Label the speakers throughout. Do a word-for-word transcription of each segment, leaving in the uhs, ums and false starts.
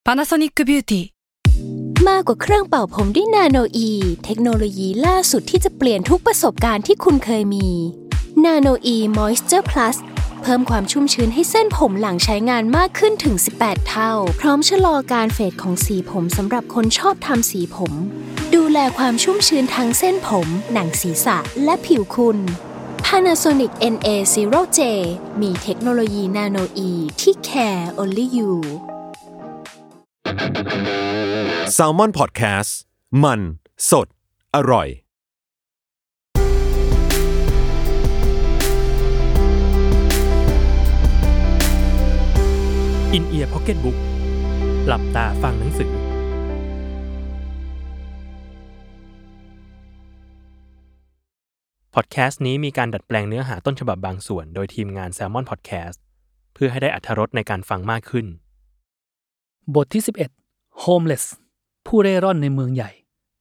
Speaker 1: Panasonic Beauty
Speaker 2: มากกว่าเครื่องเป่าผมด้วยนาโนอีเทคโนโลยีล่าสุดที่จะเปลี่ยนทุกประสบการณ์ที่คุณเคยมีนาโนอีมอยส์เจอร์พลัสเพิ่มความชุ่มชื้นให้เส้นผมหลังใช้งานมากขึ้นถึงสิบแปดเท่าพร้อมชะลอการเฟดของสีผมสำหรับคนชอบทำสีผมดูแลความชุ่มชื้นทั้งเส้นผมหนังศีรษะและผิวคุณ Panasonic เอ็น เอ ศูนย์ เจ มีเทคโนโลยีนาโนอีที่ care only you
Speaker 3: Salmon Podcast มันสดอร่อย
Speaker 4: อินเอียร์พ็อกเก็ตบุ๊กหลับตาฟังหนังสือพอดแคสต์นี้มีการดัดแปลงเนื้อหาต้นฉบับบางส่วนโดยทีมงาน Salmon Podcast เพื่อให้ได้อรรถรสในการฟังมากขึ้น
Speaker 5: บทที่สิบเอ็ด Homeless ผู้เร่ร่อนในเมืองใหญ่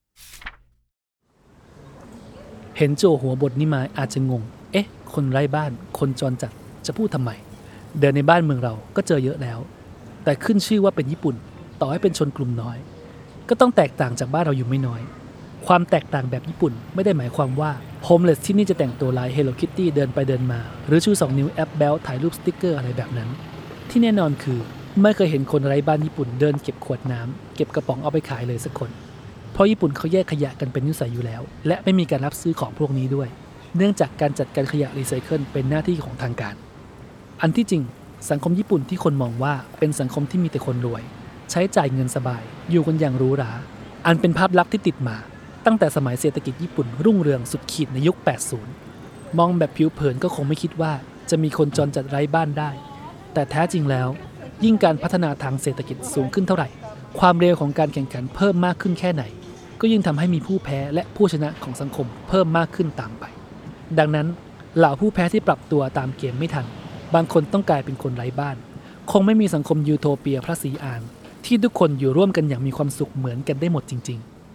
Speaker 5: เห็นโจหัวบทนี้มาอาจจะงงเอ๊ะคนไร้บ้านคนจรจัดจะพูดทำไมเดินในบ้านเมืองเราก็เจอเยอะแล้วแต่ขึ้นชื่อว่าเป็นญี่ปุ่นต่อให้เป็นชนกลุ่มน้อยก็ต้องแตกต่างจากบ้านเราอยู่ไม่น้อยความแตกต่างแบบญี่ปุ่นไม่ได้หมายความว่าโฮมเลสที่นี่จะแต่งตัวลาย Hello Kitty เดินไปเดินมาหรือชูสองนิ้วแอปแบลถ่ายรูปสติ๊กเกอร์อะไรแบบนั้นที่แน่นอนคือไม่เคยเห็นคนไร้บ้านญี่ปุ่นเดินเก็บขวดน้ำเก็บกระป๋องเอาไปขายเลยสักคนเพราะญี่ปุ่นเขาแยกขยะกันเป็นนิสัยอยู่แล้วและไม่มีการรับซื้อของพวกนี้ด้วยเนื่องจากการจัดการขยะรีไซเคิลเป็นหน้าที่ของทางการอันที่จริงสังคมญี่ปุ่นที่คนมองว่าเป็นสังคมที่มีแต่คนรวยใช้จ่ายเงินสบายอยู่กันอย่างหรูหราอันเป็นภาพลักษณ์ที่ติดมาตั้งแต่สมัยเศรษฐกิจญี่ปุ่นรุ่งเรืองสุดขีดในยุคแปดสิบมองแบบผิวเผินก็คงไม่คิดว่าจะมีคนจรจัดไร้บ้านได้แต่แท้จริงแล้วยิ่งการพัฒนาทางเศรษฐกิจสูงขึ้นเท่าไหร่ความเร็วของการแข่งขันเพิ่มมากขึ้นแค่ไหนก็ยิ่งทำให้มีผู้แพ้และผู้ชนะของสังคมเพิ่มมากขึ้นตามไปดังนั้นเหล่าผู้แพ้ที่ปรับตัวตามเกมไม่ทันบางคนต้องกลายเป็นคนไร้บ้านคงไม่มีสังคมยูโทเปียพระศรีอานที่ทุกคนอยู่ร่วมกันอย่างมีความสุขเหมือนกันได้หมดจริง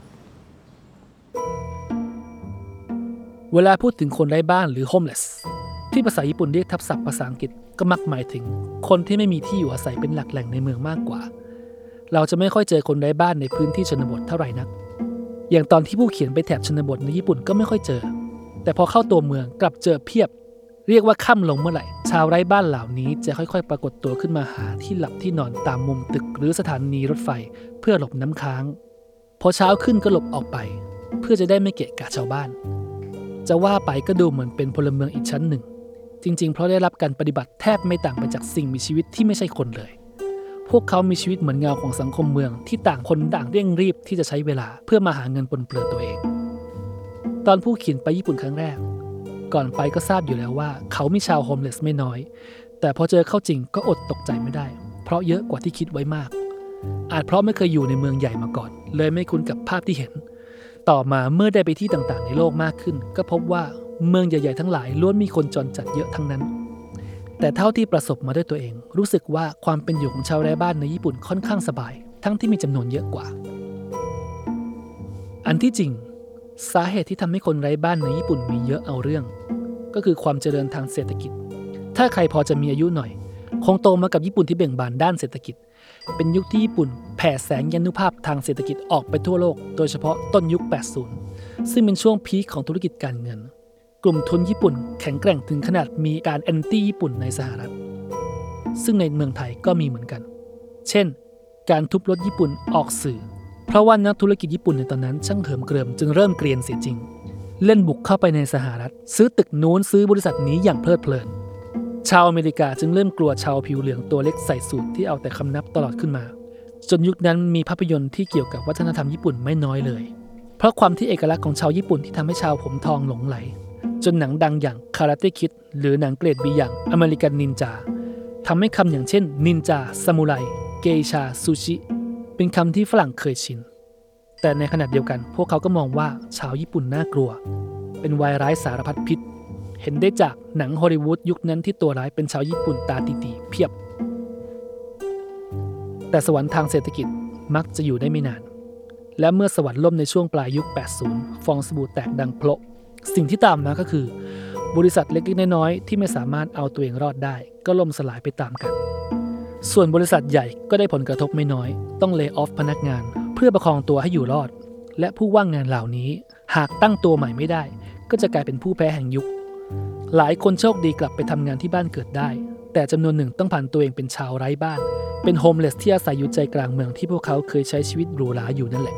Speaker 5: ๆเวลาพูดถึงคนไร้บ้านหรือ homeless ที่ภาษาญี่ปุ่นเรียกทับศัพท์ภาษาอังกฤษก็มักหมายถึงคนที่ไม่มีที่อยู่อาศัยเป็นหลักแหล่งในเมืองมากกว่าเราจะไม่ค่อยเจอคนไร้บ้านในพื้นที่ชนบทเท่าไหร่นักอย่างตอนที่ผู้เขียนไปแถบชนบทในญี่ปุ่นก็ไม่ค่อยเจอแต่พอเข้าตัวเมืองกลับเจอเพียบเรียกว่าค่ำลงเมื่อไหร่ชาวไร้บ้านเหล่านี้จะค่อยๆปรากฏตัวขึ้นมาหาที่หลับที่นอนตามมุมตึกหรือสถานีรถไฟเพื่อหลบน้ำค้างพอเช้าขึ้นก็หลบออกไปเพื่อจะได้ไม่เกะกะชาวบ้านจะว่าไปก็ดูเหมือนเป็นพลเมืองอีกชั้นหนึ่งจริงๆเพราะได้รับการปฏิบัติแทบไม่ต่างไปจากสิ่งมีชีวิตที่ไม่ใช่คนเลยพวกเขามีชีวิตเหมือนเงาของสังคมเมืองที่ต่างคนต่างเร่งรีบที่จะใช้เวลาเพื่อมาหาเงินปนเปื้อนตัวเองตอนผู้เขียนไปญี่ปุ่นครั้งแรกก่อนไปก็ทราบอยู่แล้วว่าเขามีชาวโฮมเลสไม่น้อยแต่พอเจอเข้าจริงก็อดตกใจไม่ได้เพราะเยอะกว่าที่คิดไว้มากอาจเพราะไม่เคยอยู่ในเมืองใหญ่มาก่อนเลยไม่คุ้นกับภาพที่เห็นต่อมาเมื่อได้ไปที่ต่างๆในโลกมากขึ้นก็พบว่าเมืองใหญ่ๆทั้งหลายล้วนมีคนจรจัดเยอะทั้งนั้นแต่เท่าที่ประสบมาด้วยตัวเองรู้สึกว่าความเป็นอยู่ของชาวไร้บ้านในญี่ปุ่นค่อนข้างสบายทั้งที่มีจำนวนเยอะกว่าอันที่จริงสาเหตุที่ทำให้คนไร้บ้านในญี่ปุ่นมีเยอะเอาเรื่องก็คือความเจริญทางเศรษฐกิจถ้าใครพอจะมีอายุหน่อยคงโตมากับญี่ปุ่นที่เบ่งบานด้านเศรษฐกิจเป็นยุคที่ญี่ปุ่นแผ่แสงยานุภาพทางเศรษฐกิจออกไปทั่วโลกโดยเฉพาะต้นยุคแปดสิบซึ่งเป็นช่วงพีคของธุรกิจการเงินกลุ่มทุนญี่ปุ่นแข็งแกร่งถึงขนาดมีการแอนตี้ญี่ปุ่นในสหรัฐซึ่งในเมืองไทยก็มีเหมือนกันเช่นการทุบรถญี่ปุ่นออกสื่อเพราะว่านักธุรกิจญี่ปุ่นในตอนนั้นช่างเหิมเกริมจึงเริ่มเกรียนเสียจริงเล่นบุกเข้าไปในสหรัฐซื้อตึกนู้นซื้อบริษัทนี้อย่างเพลิดเพลินชาวอเมริกาจึงเริ่มกลัวชาวผิวเหลืองตัวเล็กใส่สูทที่เอาแต่คำนับตลอดขึ้นมาจนยุคนั้นมีภาพยนตร์ที่เกี่ยวกับวัฒนธรรมญี่ปุ่นไม่น้อยเลยเพราะความที่เอกลักษณ์ของชาวญี่ปุ่นที่ทำให้ชาวผมทองหลงไหลจนหนังดังอย่างคาราเต้คิดหรือหนังเกรดบีอย่างอเมริกันนินจาทำให้คำอย่างเช่นนินจาซามูไรเกอิชาซูชิเป็นคำที่ฝรั่งเคยชินแต่ในขณะเดียวกันพวกเขาก็มองว่าชาวญี่ปุ่นน่ากลัวเป็นวายร้ายสารพัดพิษเห็นได้จากหนังฮอลลีวูดยุคนั้นที่ตัวร้ายเป็นชาวญี่ปุ่นตาตีๆเพียบแต่สวรรค์ทางเศรษฐกิจมักจะอยู่ได้ไม่นานและเมื่อสวรรค์ล่มในช่วงปลายยุคแปดสิบฟองสบู่แตกดังโพะสิ่งที่ตามมาก็คือบริษัทเล็กๆน้อยๆที่ไม่สามารถเอาตัวเองรอดได้ก็ล่มสลายไปตามกันส่วนบริษัทใหญ่ก็ได้ผลกระทบไม่น้อยต้องเลย์ออฟพนักงานเพื่อประคองตัวให้อยู่รอดและผู้ว่างงานเหล่านี้หากตั้งตัวใหม่ไม่ได้ก็จะกลายเป็นผู้แพ้แห่งยุคหลายคนโชคดีกลับไปทำงานที่บ้านเกิดได้แต่จำนวนหนึ่งต้องผ่านตัวเองเป็นชาวไร้บ้านเป็นโฮมเลสที่อาศัยอยู่ใจกลางเมืองที่พวกเขาเคยใช้ชีวิตหรูหราอยู่นั่นแหละ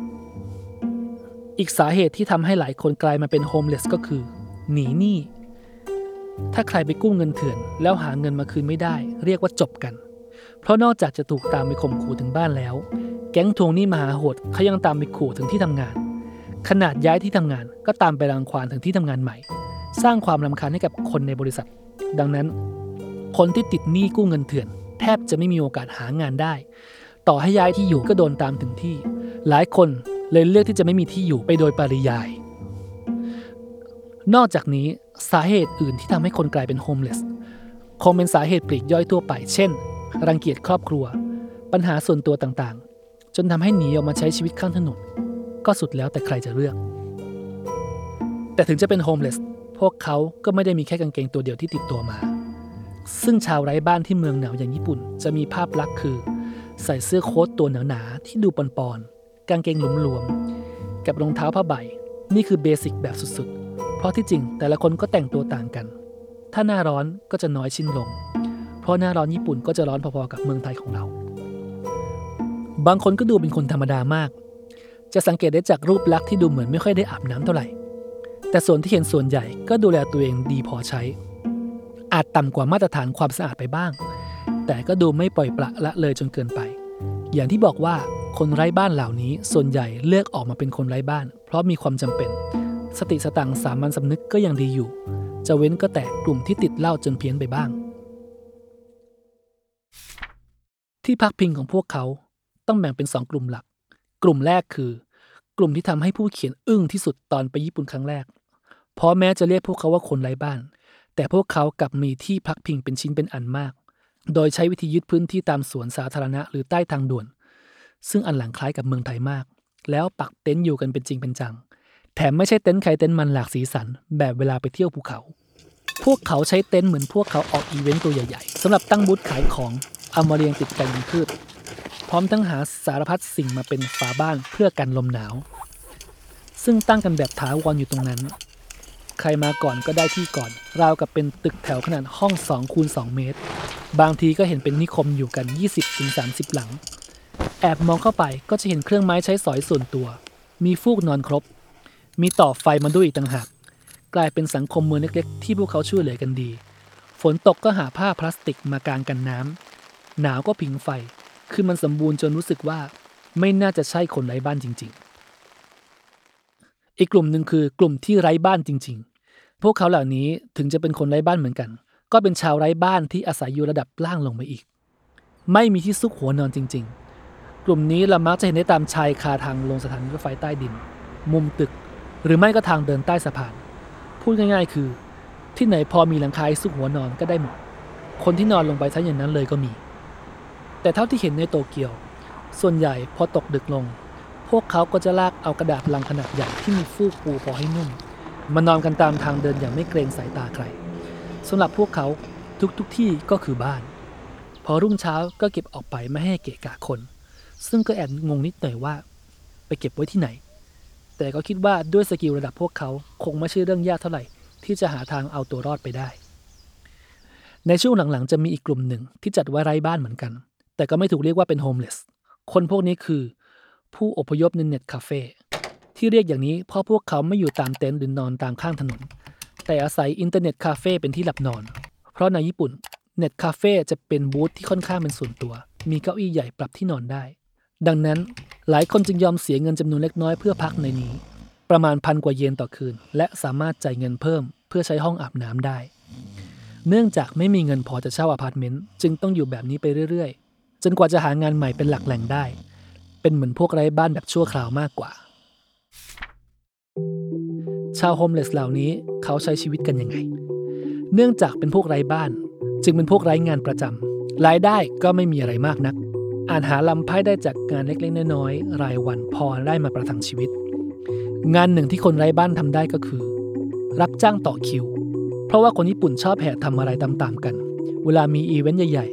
Speaker 5: อีกสาเหตุที่ทำให้หลายคนกลายมาเป็นโฮมเลสก็คือหนีหนี้ถ้าใครไปกู้เงินเถื่อนแล้วหาเงินมาคืนไม่ได้เรียกว่าจบกันเพราะนอกจากจะถูกตามไปข่มขู่ถึงบ้านแล้วแก๊งทวงหนี้มหาโหดเขายังตามไปขู่ถึงที่ทำงานขนาดย้ายที่ทำงานก็ตามไปรังควานถึงที่ทำงานใหม่สร้างความรำคาญให้กับคนในบริษัทดังนั้นคนที่ติดหนี้กู้เงินเถื่อนแทบจะไม่มีโอกาสหางานได้ต่อให้ย้ายที่อยู่ก็โดนตามถึงที่หลายคนเลยเลือกที่จะไม่มีที่อยู่ไปโดยปริยายนอกจากนี้สาเหตุอื่นที่ทำให้คนกลายเป็นโฮมเลสคงเป็นสาเหตุปลีกย่อยทั่วไปเช่นรังเกียจครอบครัวปัญหาส่วนตัวต่างๆจนทำให้หนีออกมาใช้ชีวิตข้างถนนก็สุดแล้วแต่ใครจะเลือกแต่ถึงจะเป็นโฮมเลสพวกเขาก็ไม่ได้มีแค่กางเกงตัวเดียวที่ติดตัวมาซึ่งชาวไร้บ้านที่เมืองหนาวอย่างญี่ปุ่นจะมีภาพลักษณ์คือใส่เสื้อโค้ทตัวหนาๆที่ดูปอนๆกางเกงหลวมๆกับรองเท้าผ้าใบนี่คือเบสิกแบบสุดๆเพราะที่จริงแต่ละคนก็แต่งตัวต่างกันถ้าหน้าร้อนก็จะน้อยชิ้นลงเพราะหน้าร้อนญี่ปุ่นก็จะร้อนพอๆกับเมืองไทยของเราบางคนก็ดูเป็นคนธรรมดามากจะสังเกตได้จากรูปลักษณ์ที่ดูเหมือนไม่ค่อยได้อาบน้ำเท่าไหร่แต่ส่วนที่เห็นส่วนใหญ่ก็ดูแลตัวเองดีพอใช้อาจต่ำกว่ามาตรฐานความสะอาดไปบ้างแต่ก็ดูไม่ปล่อยปละละเลยจนเกินไปอย่างที่บอกว่าคนไร้บ้านเหล่านี้ส่วนใหญ่เลือกออกมาเป็นคนไร้บ้านเพราะมีความจำเป็นสติสตังค์สามัญสำนึกก็ยังดีอยู่จะเว้นก็แต่กลุ่มที่ติดเหล้าจนเพี้ยนไปบ้างที่พักพิงของพวกเขาต้องแบ่งเป็นสองกลุ่มหลักกลุ่มแรกคือกลุ่มที่ทำให้ผู้เขียนอึ้งที่สุดตอนไปญี่ปุ่นครั้งแรกเพราะแม้จะเรียกพวกเขาว่าคนไร้บ้านแต่พวกเขากลับมีที่พักพิงเป็นชิ้นเป็นอันมากโดยใช้วิธียึดพื้นที่ตามสวนสาธารณะหรือใต้ทางด่วนซึ่งอันหลังคล้ายกับเมืองไทยมากแล้วปักเต็นท์อยู่กันเป็นจริงเป็นจังแถมไม่ใช่เต็นท์ใครเต็นท์มันหลากสีสันแบบเวลาไปเที่ยวภูเขาพวกเขาใช้เต็นท์เหมือนพวกเขาออกอีเวนต์ตัวใหญ่ๆสำหรับตั้งบูธขายของเอามาเรียงติดกันเป็นพืชพร้อมทั้งหาสารพัดสิ่งมาเป็นฝาบ้านเพื่อกันลมหนาวซึ่งตั้งกันแบบถาวรอยู่ตรงนั้นใครมาก่อนก็ได้ที่ก่อนราวกับเป็นตึกแถวขนาดห้องสองคูณสองเมตรบางทีก็เห็นเป็นนิคมอยู่กัน ยี่สิบถึงสามสิบ หลังแอบมองเข้าไปก็จะเห็นเครื่องไม้ใช้สอยส่วนตัวมีฟูกนอนครบมีต่อไฟมาด้วยอีกต่างหากกลายเป็นสังคมเมืองเล็กๆที่พวกเขาช่วยเหลือกันดีฝนตกก็หาผ้าพลาสติกมากางกันน้ำหนาวก็ผิงไฟคือมันสมบูรณ์จนรู้สึกว่าไม่น่าจะใช่คนไร้บ้านจริงๆอีกกลุ่มหนึ่งคือกลุ่มที่ไร้บ้านจริงๆพวกเขาเหล่านี้ถึงจะเป็นคนไร้บ้านเหมือนกันก็เป็นชาวไร้บ้านที่อาศัยอยู่ระดับล่างลงไปอีกไม่มีที่ซุกหัวนอนจริงๆกลุ่มนี้เรามักจะเห็นได้ตามชายคาทางลงสถานีรถไฟใต้ดินมุมตึกหรือไม่ก็ทางเดินใต้สะพานพูดง่ายๆคือที่ไหนพอมีหลังคาซุกหัวนอนก็ได้หมดคนที่นอนลงไปซะอย่างนั้นเลยก็มีแต่เท่าที่เห็นในโตเกียวส่วนใหญ่พอตกดึกลงพวกเขาก็จะลากเอากระดาษลังขนาดใหญ่ที่มีฟูกปูพอให้นุ่มมานอนกันตามทางเดินอย่างไม่เกรงสายตาใครสำหรับพวกเขาทุกๆที่ก็คือบ้านพอรุ่งเช้าก็เก็บออกไปไม่ให้เกะกะคนซึ่งก็แอบงงนิดหน่อยว่าไปเก็บไว้ที่ไหนแต่ก็คิดว่าด้วยสกิลระดับพวกเขาคงไม่ใช่เรื่องยากเท่าไหร่ที่จะหาทางเอาตัวรอดไปได้ในช่วงหลังๆจะมีอีกกลุ่มหนึ่งที่จัดว่าไร้บ้านเหมือนกันแต่ก็ไม่ถูกเรียกว่าเป็นโฮมเลสคนพวกนี้คือผู้อพยพในเน็ตคาเฟ่ที่เรียกอย่างนี้เพราะพวกเขาไม่อยู่ตามเต็นท์หรือนอนตามข้างถนนแต่อาศัยอินเทอร์เน็ตคาเฟ่เป็นที่หลับนอนเพราะในญี่ปุ่นเน็ตคาเฟ่จะเป็นบูธที่ค่อนข้างเป็นส่วนตัวมีเก้าอี้ใหญ่ปรับที่นอนได้ดังนั้นหลายคนจึงยอมเสียเงินจำนวนเล็กน้อยเพื่อพักในนี้ประมาณพันกว่าเยนต่อคืนและสามารถจ่ายเงินเพิ่มเพื่อใช้ห้องอาบน้ำได้เนื่องจากไม่มีเงินพอจะเช่าอพาร์ตเมนต์จึงต้องอยู่แบบนี้ไปเรื่อยๆจนกว่าจะหางานใหม่เป็นหลักแหล่งได้เป็นเหมือนพวกไร้บ้านแบบชั่วคราวมากกว่าชาวโฮมเลสเหล่านี้เขาใช้ชีวิตกันยังไงเนื่องจากเป็นพวกไร้บ้านจึงเป็นพวกไร้งานประจำรายได้ก็ไม่มีอะไรมากนักอาจหาลำไพ่ได้จากงานเล็กๆน้อยๆรายวันพอได้มาประทังชีวิตงานหนึ่งที่คนไร้บ้านทำได้ก็คือรับจ้างต่อคิวเพราะว่าคนญี่ปุ่นชอบแห่ทำอะไรตามๆกันเวลามีอีเวนต์ใหญ่ๆ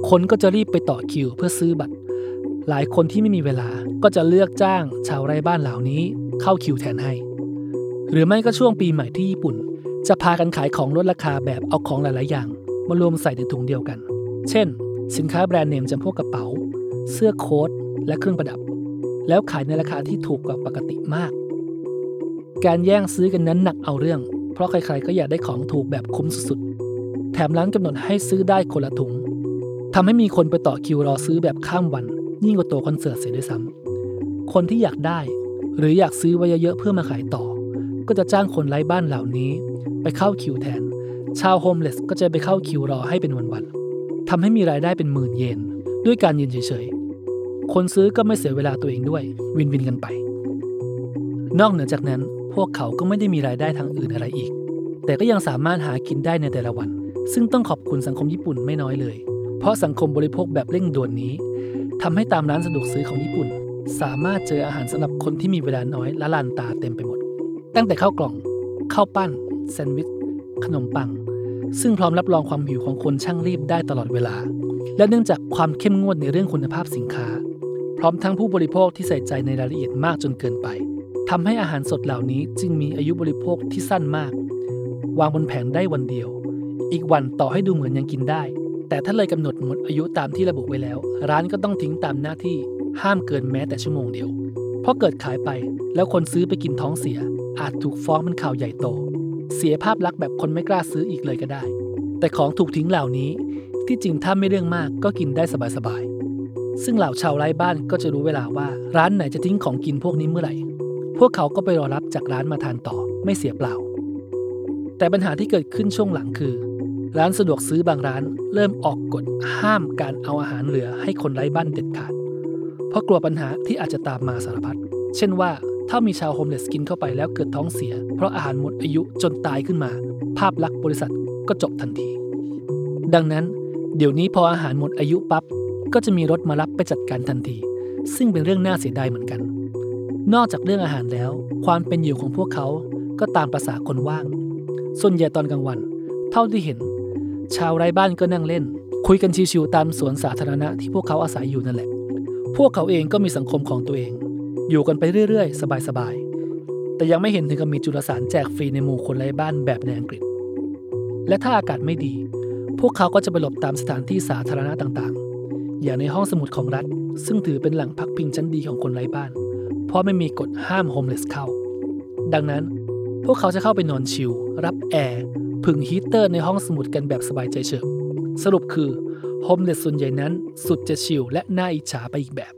Speaker 5: คนก็จะรีบไปต่อคิวเพื่อซื้อบัตรหลายคนที่ไม่มีเวลาก็จะเลือกจ้างชาวไร่บ้านเหล่านี้เข้าคิวแทนให้หรือไม่ก็ช่วงปีใหม่ที่ญี่ปุ่นจะพากันขายของลดราคาแบบเอาของหลายๆอย่างมารวมใส่ในถุงเดียวกันเช่นสินค้าแบรนด์เนมจำพวกกระเป๋าเสื้อโค้ทและเครื่องประดับแล้วขายในราคาที่ถูกกว่าปกติมากการแย่งซื้อกันนั้นหนักเอาเรื่องเพราะใครๆก็อยากได้ของถูกแบบคุ้มสุดๆแถมร้านกำหนดให้ซื้อได้คนละถุงทำให้มีคนไปต่อคิวรอซื้อแบบข้ามวันยิ่งกว่าตัวคอนเสิร์ตเสียด้วยซ้ำคนที่อยากได้หรืออยากซื้อไว้เยอะๆเพื่อมาขายต่อก็จะจ้างคนไร้บ้านเหล่านี้ไปเข้าคิวแทนชาวโฮมเลสก็จะไปเข้าคิวรอให้เป็นวันๆทำให้มีรายได้เป็นหมื่นเยนด้วยการยืนเฉยๆคนซื้อก็ไม่เสียเวลาตัวเองด้วยวินวินกันไปนอกเหนือจากนั้นพวกเขาก็ไม่ได้มีรายได้ทางอื่นอะไรอีกแต่ก็ยังสามารถหากินได้ในแต่ละวันซึ่งต้องขอบคุณสังคมญี่ปุ่นไม่น้อยเลยเพราะสังคมบริโภคแบบเร่งด่วนนี้ทำให้ตามร้านสะดวกซื้อของญี่ปุ่นสามารถเจออาหารสำหรับคนที่มีเวลาน้อยละลานตาเต็มไปหมดตั้งแต่ข้าวกล่องข้าวปั้นแซนด์วิชขนมปังซึ่งพร้อมรับรองความหิวของคนช่างรีบได้ตลอดเวลาและเนื่องจากความเข้มงวดในเรื่องคุณภาพสินค้าพร้อมทั้งผู้บริโภคที่ใส่ใจในรายละเอียดมากจนเกินไปทำให้อาหารสดเหล่านี้จึงมีอายุบริโภคที่สั้นมากวางบนแผงได้วันเดียวอีกวันต่อให้ดูเหมือนยังกินได้แต่ถ้าเลยกำหนดหมดอายุตามที่ระบุไว้แล้วร้านก็ต้องทิ้งตามหน้าที่ห้ามเกินแม้แต่ชั่วโมงเดียวเพราะเกิดขายไปแล้วคนซื้อไปกินท้องเสียอาจถูกฟ้องเป็นข่าวใหญ่โตเสียภาพลักษณ์แบบคนไม่กล้าซื้ออีกเลยก็ได้แต่ของถูกทิ้งเหล่านี้ที่จริงถ้าไม่เรื่องมากก็กินได้สบายๆซึ่งเหล่าชาวไร้บ้านก็จะรู้เวลาว่าร้านไหนจะทิ้งของกินพวกนี้เมื่อไหร่พวกเขาก็ไปรอรับจากร้านมาทานต่อไม่เสียเปล่าแต่ปัญหาที่เกิดขึ้นช่วงหลังคือร้านสะดวกซื้อบางร้านเริ่มออกกฎห้ามการเอาอาหารเหลือให้คนไร้บ้านเด็ดขาดเพราะกลัวปัญหาที่อาจจะตามมาสารพัดเช่นว่าถ้ามีชาวโฮมเลสกินเข้าไปแล้วเกิดท้องเสียเพราะอาหารหมดอายุจนตายขึ้นมาภาพลักษณ์บริษัทก็จบทันทีดังนั้นเดี๋ยวนี้พออาหารหมดอายุปั๊บก็จะมีรถมารับไปจัดการทันทีซึ่งเป็นเรื่องน่าเสียดายเหมือนกันนอกจากเรื่องอาหารแล้วความเป็นอยู่ของพวกเขาก็ตามประสาคนว่างส่วนใหญ่ตอนกลางวันเท่าที่เห็นชาวไร้บ้านก็นั่งเล่นคุยกันชิวๆตามสวนสาธารณะที่พวกเขาอาศัยอยู่นั่นแหละพวกเขาเองก็มีสังคมของตัวเองอยู่กันไปเรื่อยๆสบายๆแต่ยังไม่เห็นถึงกับมีจุลสารแจกฟรีในหมู่คนไร้บ้านแบบในอังกฤษและถ้าอากาศไม่ดีพวกเขาก็จะไปหลบตามสถานที่สาธารณะต่างๆอย่างในห้องสมุดของรัฐซึ่งถือเป็นแหล่งพักพิงชั้นดีของคนไร้บ้านเพราะไม่มีกฎห้ามโฮมเลสเข้าดังนั้นพวกเขาจะเข้าไปนอนชิลรับแอร์ผึ่งฮีตเตอร์ในห้องสมุดกันแบบสบายใจเฉิบสรุปคือโฮมเลสส่วนใหญ่นั้นสุดจะชิลและน่าอิจฉาไปอีกแบบ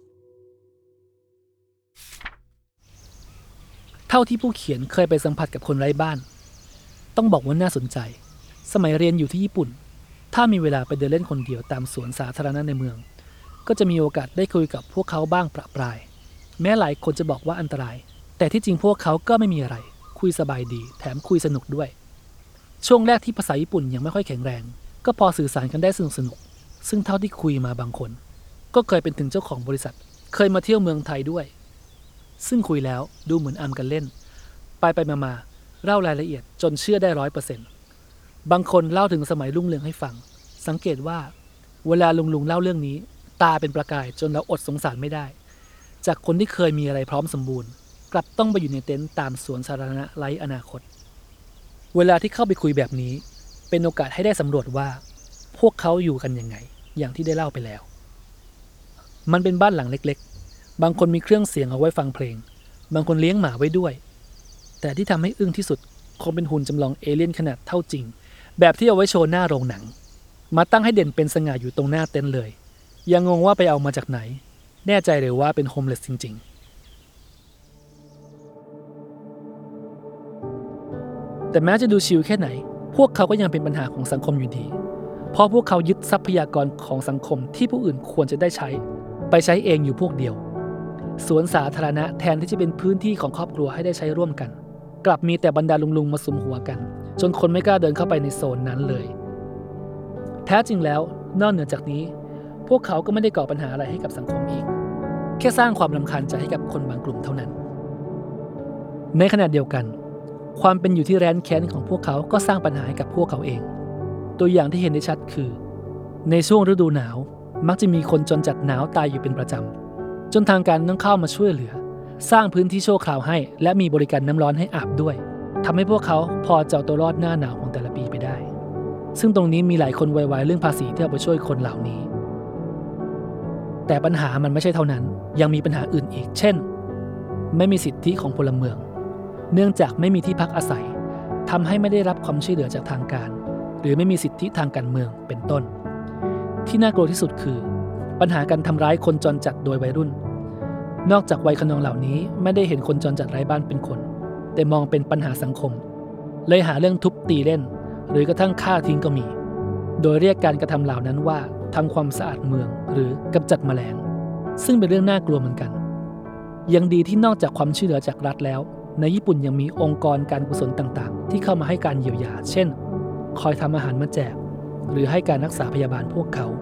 Speaker 5: เท่าที่ผู้เขียนเคยไปสัมผัสกับคนไร้บ้านต้องบอกว่าน่าสนใจสมัยเรียนอยู่ที่ญี่ปุ่นถ้ามีเวลาไปเดินเล่นคนเดียวตามสวนสาธารณะในเมืองก็จะมีโอกาสได้คุยกับพวกเขาบ้างประปรายแม้หลายคนจะบอกว่าอันตรายแต่ที่จริงพวกเขาก็ไม่มีอะไรคุยสบายดีแถมคุยสนุกด้วยช่วงแรกที่ภาษาญี่ปุ่นยังไม่ค่อยแข็งแรงก็พอสื่อสารกันได้สนุกสนุกซึ่งเท่าที่คุยมาบางคนก็เคยเป็นถึงเจ้าของบริษัทเคยมาเที่ยวเมืองไทยด้วยซึ่งคุยแล้วดูเหมือนอำกันเล่นไปไปมาๆเล่ารายละเอียดจนเชื่อได้ร้อยเปอร์เซ็นต์บางคนเล่าถึงสมัยรุ่งเรืองให้ฟังสังเกตว่าเวลาลุงลุงเล่าเรื่องนี้ตาเป็นประกายจนเราอดสงสารไม่ได้จากคนที่เคยมีอะไรพร้อมสมบูรณ์กลับต้องไปอยู่ในเต็นท์ตามสวนสาธารณะไร้อนาคตเวลาที่เข้าไปคุยแบบนี้เป็นโอกาสให้ได้สำรวจว่าพวกเขาอยู่กันยังไงอย่างที่ได้เล่าไปแล้วมันเป็นบ้านหลังเล็กๆบางคนมีเครื่องเสียงเอาไว้ฟังเพลงบางคนเลี้ยงหมาไว้ด้วยแต่ที่ทำให้อึ้งที่สุดคงเป็นหุ่นจำลองเอเลี่ยนขนาดเท่าจริงแบบที่เอาไว้โชว์หน้าโรงหนังมาตั้งให้เด่นเป็นสง่าอยู่ตรงหน้าเต็นท์เลยยังงงว่าไปเอามาจากไหนแน่ใจเลยว่าเป็นโฮมเลสจริงๆแต่แม้จะดูชิลแค่ไหนพวกเขาก็ยังเป็นปัญหาของสังคมอยู่ดีเพราะพวกเขายึดทรัพยากรของสังคมที่ผู้อื่นควรจะได้ใช้ไปใช้เองอยู่พวกเดียวสวนสาธารณะแทนที่จะเป็นพื้นที่ของครอบครัวให้ได้ใช้ร่วมกันกลับมีแต่บรรดาลุงๆมาสุมหัวกันจนคนไม่กล้าเดินเข้าไปในโซนนั้นเลยแท้จริงแล้วนอกเหนือจากนี้พวกเขาก็ไม่ได้ก่อปัญหาอะไรให้กับสังคมอีกแค่สร้างความรำคาญใจให้กับคนบางกลุ่มเท่านั้นในขณะเดียวกันความเป็นอยู่ที่แร้นแค้นของพวกเขาก็สร้างปัญหาให้กับพวกเขาเองตัวอย่างที่เห็นได้ชัดคือในช่วงฤดูหนาวมักจะมีคนจนจัดหนาวตายอยู่เป็นประจำจนทางการต้องเข้ามาช่วยเหลือสร้างพื้นที่ชั่วคราวให้และมีบริการน้ำร้อนให้อาบด้วยทำให้พวกเขาพอจะเอาตัวรอดหน้าหนาวของแต่ละปีไปได้ซึ่งตรงนี้มีหลายคนไวๆเรื่องภาษีที่เอาไปช่วยคนเหล่านี้แต่ปัญหามันไม่ใช่เท่านั้นยังมีปัญหาอื่นอีกเช่นไม่มีสิทธิของพลเมืองเนื่องจากไม่มีที่พักอาศัยทำให้ไม่ได้รับความช่วยเหลือจากทางการหรือไม่มีสิทธิทางการเมืองเป็นต้นที่น่ากลัวที่สุดคือปัญหาการทำร้ายคนจรจัดโดยวัยรุ่นนอกจากวัยขนองเหล่านี้ไม่ได้เห็นคนจรจัดไร้บ้านเป็นคนแต่มองเป็นปัญหาสังคมเลยหาเรื่องทุบตีเล่นหรือกระทั่งฆ่าทิ้งก็มีโดยเรียกการกระทำเหล่านั้นว่าทำความสะอาดเมืองหรือกำจัดแมลงซึ่งเป็นเรื่องน่ากลัวเหมือนกันยังดีที่นอกจากความช่วยเหลือจากรัฐแล้วในญี่ปุ่นยังมีองค์กรการกุศลต่างๆที่เข้ามาให้การเยียวยาเช่นคอยทำอาหารมาแจกหรือให้การรักษาพยาบาลพวกเขา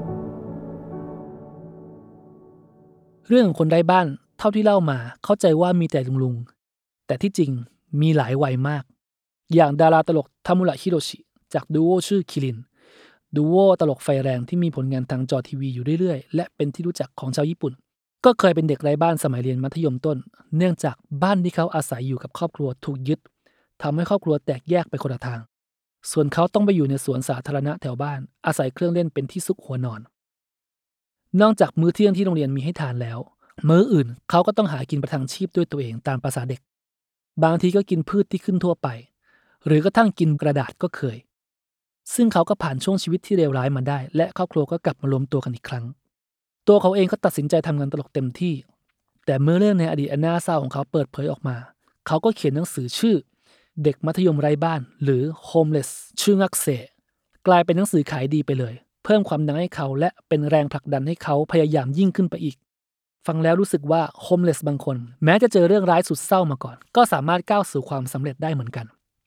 Speaker 5: เรื่องของคนไร้บ้านเท่าที่เล่ามาเข้าใจว่ามีแต่ลุงๆแต่ที่จริงมีหลายวัยมากอย่างดาราตลกทามุระฮิโรชิจากดูโอชื่อคิรินดูโอตลกไฟแรงที่มีผลงานทางจอทีวีอยู่เรื่อยๆและเป็นที่รู้จักของชาวญี่ปุ่นก็เคยเป็นเด็กไร้บ้านสมัยเรียนมัธยมต้นเนื่องจากบ้านที่เขาอาศัยอยู่กับครอบครัวถูกยึดทำให้ครอบครัวแตกแยกไปคนละทางส่วนเขาต้องไปอยู่ในสวนสาธารณะแถวบ้านอาศัยเครื่องเล่นเป็นที่ซุกหัวนอนนอกจากมื้อเที่ยงที่โรงเรียนมีให้ทานแล้วมื้ออื่นเขาก็ต้องหากินประทังชีพด้วยตัวเองตามภาษาเด็กบางทีก็กินพืชที่ขึ้นทั่วไปหรือกระทั่งกินกระดาษก็เคยซึ่งเขาก็ผ่านช่วงชีวิตที่เลวร้ายมาได้และครอบครัวก็กลับมารวมตัวกันอีกครั้งตัวเขาเองก็ตัดสินใจทำงานตลกเต็มที่แต่เมื่อเรื่องในอดีตอันน่าเศร้าของเขาเปิดเผยออกมาเขาก็เขียนหนังสือชื่อเด็กมัธยมไร้บ้านหรือ Homeless ชื่องักเซกลายเป็นหนังสือขายดีไปเลยเพิ่มความดังให้เขาและเป็นแรงผลักดันให้เขาพยายามยิ่งขึ้นไปอีกฟังแล้วรู้สึกว่า Homeless บางคนแม้จะเจอเรื่องร้ายสุดเศร้ามาก่อนก็สามารถก้าวสู่ความสำเร็จได้เหมือนกัน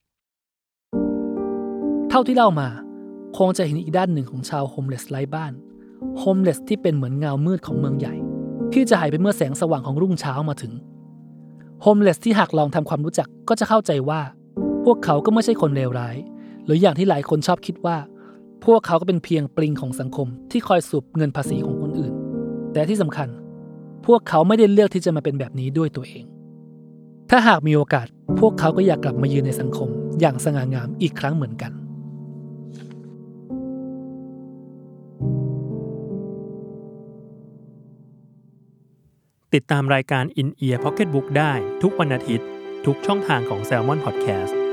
Speaker 5: เท่าที่เล่ามาคงจะเห็นอีกด้านหนึ่งของชาว Homeless ไร้บ้าน Homeless ที่เป็นเหมือนเงามืดของเมืองใหญ่ที่จะหายไปเมื่อแสงสว่างของรุ่งเช้ามาถึง Homeless ที่หากลองทำความรู้จักก็จะเข้าใจว่าพวกเขาก็ไม่ใช่คนเลวร้ายหรืออย่างที่หลายคนชอบคิดว่าพวกเขาก็เป็นเพียงปลิงของสังคมที่คอยสูบเงินภาษีของคนอื่นแต่ที่สำคัญพวกเขาไม่ได้เลือกที่จะมาเป็นแบบนี้ด้วยตัวเองถ้าหากมีโอกาสพวกเขาก็อยากกลับมายืนในสังคมอย่างสง่างามอีกครั้งเหมือนกัน
Speaker 4: ติดตามรายการ In Ear Pocketbook ได้ทุกวันอาทิตย์ทุกช่องทางของ Salmon Podcast